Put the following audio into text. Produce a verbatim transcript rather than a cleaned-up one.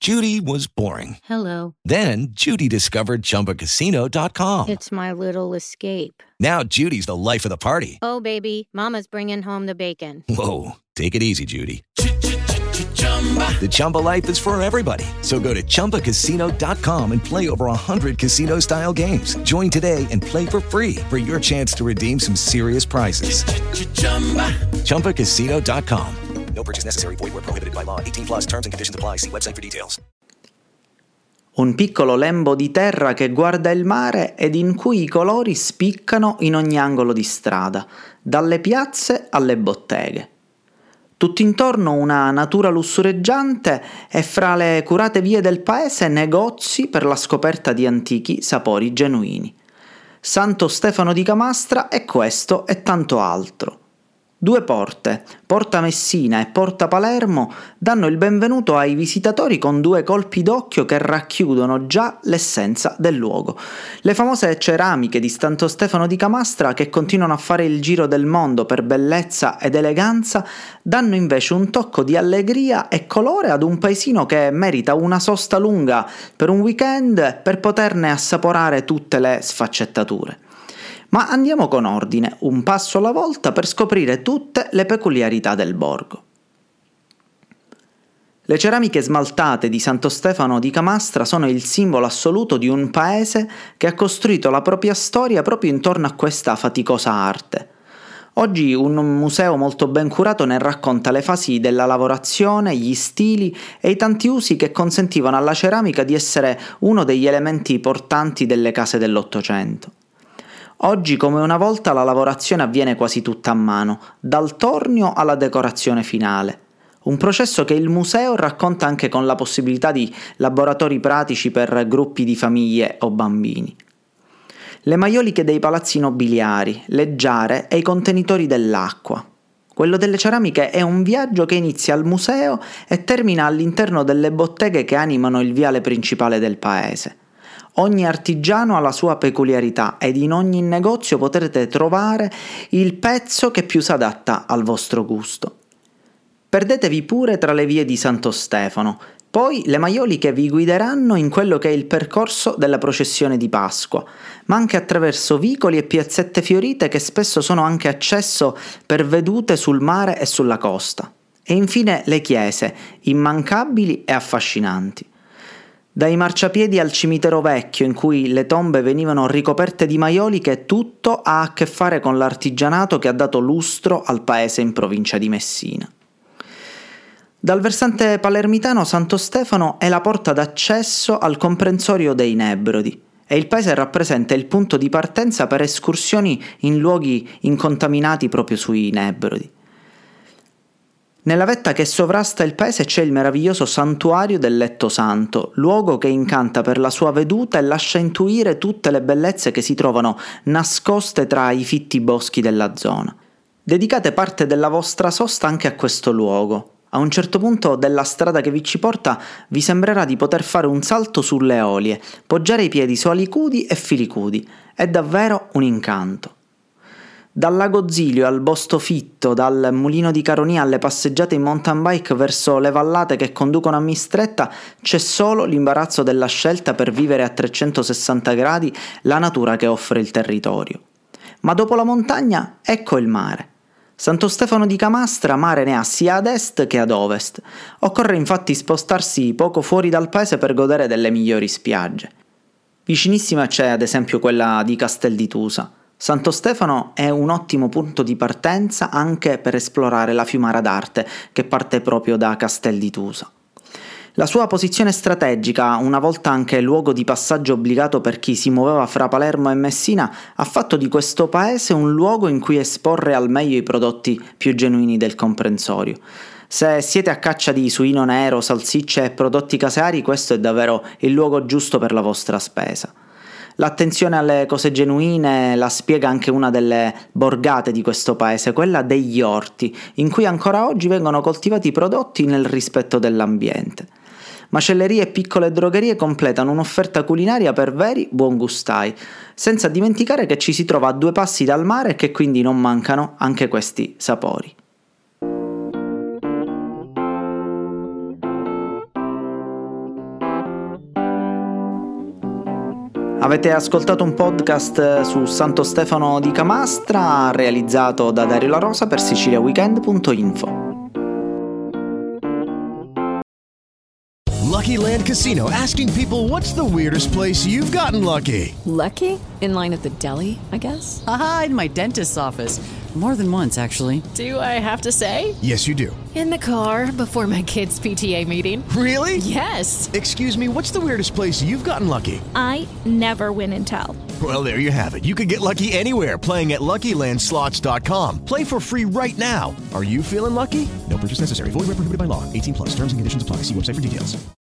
Judy was boring. Hello. Then Judy discovered Chumba Casino dot com. It's my little escape. Now Judy's the life of the party. Oh, baby, mama's bringing home the bacon. Whoa, take it easy, Judy. The Chumba life is for everybody. So go to Chumba Casino dot com and play over one hundred casino-style games. Join today and play for free for your chance to redeem some serious prizes. Chumba Casino dot com. No purchase necessary. Void where prohibited by law. eighteen plus terms and conditions apply. See website for details. Un piccolo lembo di terra che guarda il mare ed in cui i colori spiccano in ogni angolo di strada, dalle piazze alle botteghe. Tutt'intorno una natura lussureggiante e fra le curate vie del paese negozi per la scoperta di antichi sapori genuini. Santo Stefano di Camastra è questo e tanto altro. Due porte, Porta Messina e Porta Palermo, danno il benvenuto ai visitatori con due colpi d'occhio che racchiudono già l'essenza del luogo. Le famose ceramiche di Santo Stefano di Camastra, che continuano a fare il giro del mondo per bellezza ed eleganza, danno invece un tocco di allegria e colore ad un paesino che merita una sosta lunga per un weekend per poterne assaporare tutte le sfaccettature. Ma andiamo con ordine, un passo alla volta, per scoprire tutte le peculiarità del borgo. Le ceramiche smaltate di Santo Stefano di Camastra sono il simbolo assoluto di un paese che ha costruito la propria storia proprio intorno a questa faticosa arte. Oggi un museo molto ben curato ne racconta le fasi della lavorazione, gli stili e i tanti usi che consentivano alla ceramica di essere uno degli elementi portanti delle case dell'Ottocento. Oggi come una volta la lavorazione avviene quasi tutta a mano, dal tornio alla decorazione finale. Un processo che il museo racconta anche con la possibilità di laboratori pratici per gruppi di famiglie o bambini. Le maioliche dei palazzi nobiliari, le giare e i contenitori dell'acqua. Quello delle ceramiche è un viaggio che inizia al museo e termina all'interno delle botteghe che animano il viale principale del paese. Ogni artigiano ha la sua peculiarità ed in ogni negozio potrete trovare il pezzo che più si adatta al vostro gusto. Perdetevi pure tra le vie di Santo Stefano, poi le maioliche vi guideranno in quello che è il percorso della processione di Pasqua, ma anche attraverso vicoli e piazzette fiorite che spesso sono anche accesso per vedute sul mare e sulla costa. E infine le chiese, immancabili e affascinanti. Dai marciapiedi al cimitero vecchio in cui le tombe venivano ricoperte di maioliche, tutto ha a che fare con l'artigianato che ha dato lustro al paese in provincia di Messina. Dal versante palermitano Santo Stefano è la porta d'accesso al comprensorio dei Nebrodi e il paese rappresenta il punto di partenza per escursioni in luoghi incontaminati proprio sui Nebrodi. Nella vetta che sovrasta il paese c'è il meraviglioso santuario del Letto Santo, luogo che incanta per la sua veduta e lascia intuire tutte le bellezze che si trovano nascoste tra i fitti boschi della zona. Dedicate parte della vostra sosta anche a questo luogo. A un certo punto della strada che vi ci porta vi sembrerà di poter fare un salto sulle olie, poggiare i piedi su alicudi e filicudi. È davvero un incanto. Dal lago Zilio al Bosto Fitto, dal mulino di Caronia alle passeggiate in mountain bike verso le vallate che conducono a Mistretta, c'è solo l'imbarazzo della scelta per vivere a trecentosessanta gradi la natura che offre il territorio. Ma dopo la montagna, ecco il mare. Santo Stefano di Camastra mare ne ha sia ad est che ad ovest. Occorre infatti spostarsi poco fuori dal paese per godere delle migliori spiagge. Vicinissima c'è ad esempio quella di Castel di Tusa. Santo Stefano è un ottimo punto di partenza anche per esplorare la Fiumara d'Arte, che parte proprio da Castel di Tusa. La sua posizione strategica, una volta anche luogo di passaggio obbligato per chi si muoveva fra Palermo e Messina, ha fatto di questo paese un luogo in cui esporre al meglio i prodotti più genuini del comprensorio. Se siete a caccia di suino nero, salsicce e prodotti caseari, questo è davvero il luogo giusto per la vostra spesa. L'attenzione alle cose genuine la spiega anche una delle borgate di questo paese, quella degli orti, in cui ancora oggi vengono coltivati prodotti nel rispetto dell'ambiente. Macellerie e piccole drogherie completano un'offerta culinaria per veri buongustai, senza dimenticare che ci si trova a due passi dal mare e che quindi non mancano anche questi sapori. Avete ascoltato un podcast su Santo Stefano di Camastra realizzato da Dario La Rosa per siciliaweekend punto info. Lucky Land Casino, asking people, what's the weirdest place you've gotten lucky? Lucky? In line at the deli, I guess? Aha, in my dentist's office. More than once, actually. Do I have to say? Yes, you do. In the car before my kids' P T A meeting. Really? Yes. Excuse me, what's the weirdest place you've gotten lucky? I never win and tell. Well, there you have it. You can get lucky anywhere, playing at Lucky Land Slots dot com. Play for free right now. Are you feeling lucky? No purchase necessary. Void where prohibited by law. eighteen plus. Terms and conditions apply. See website for details.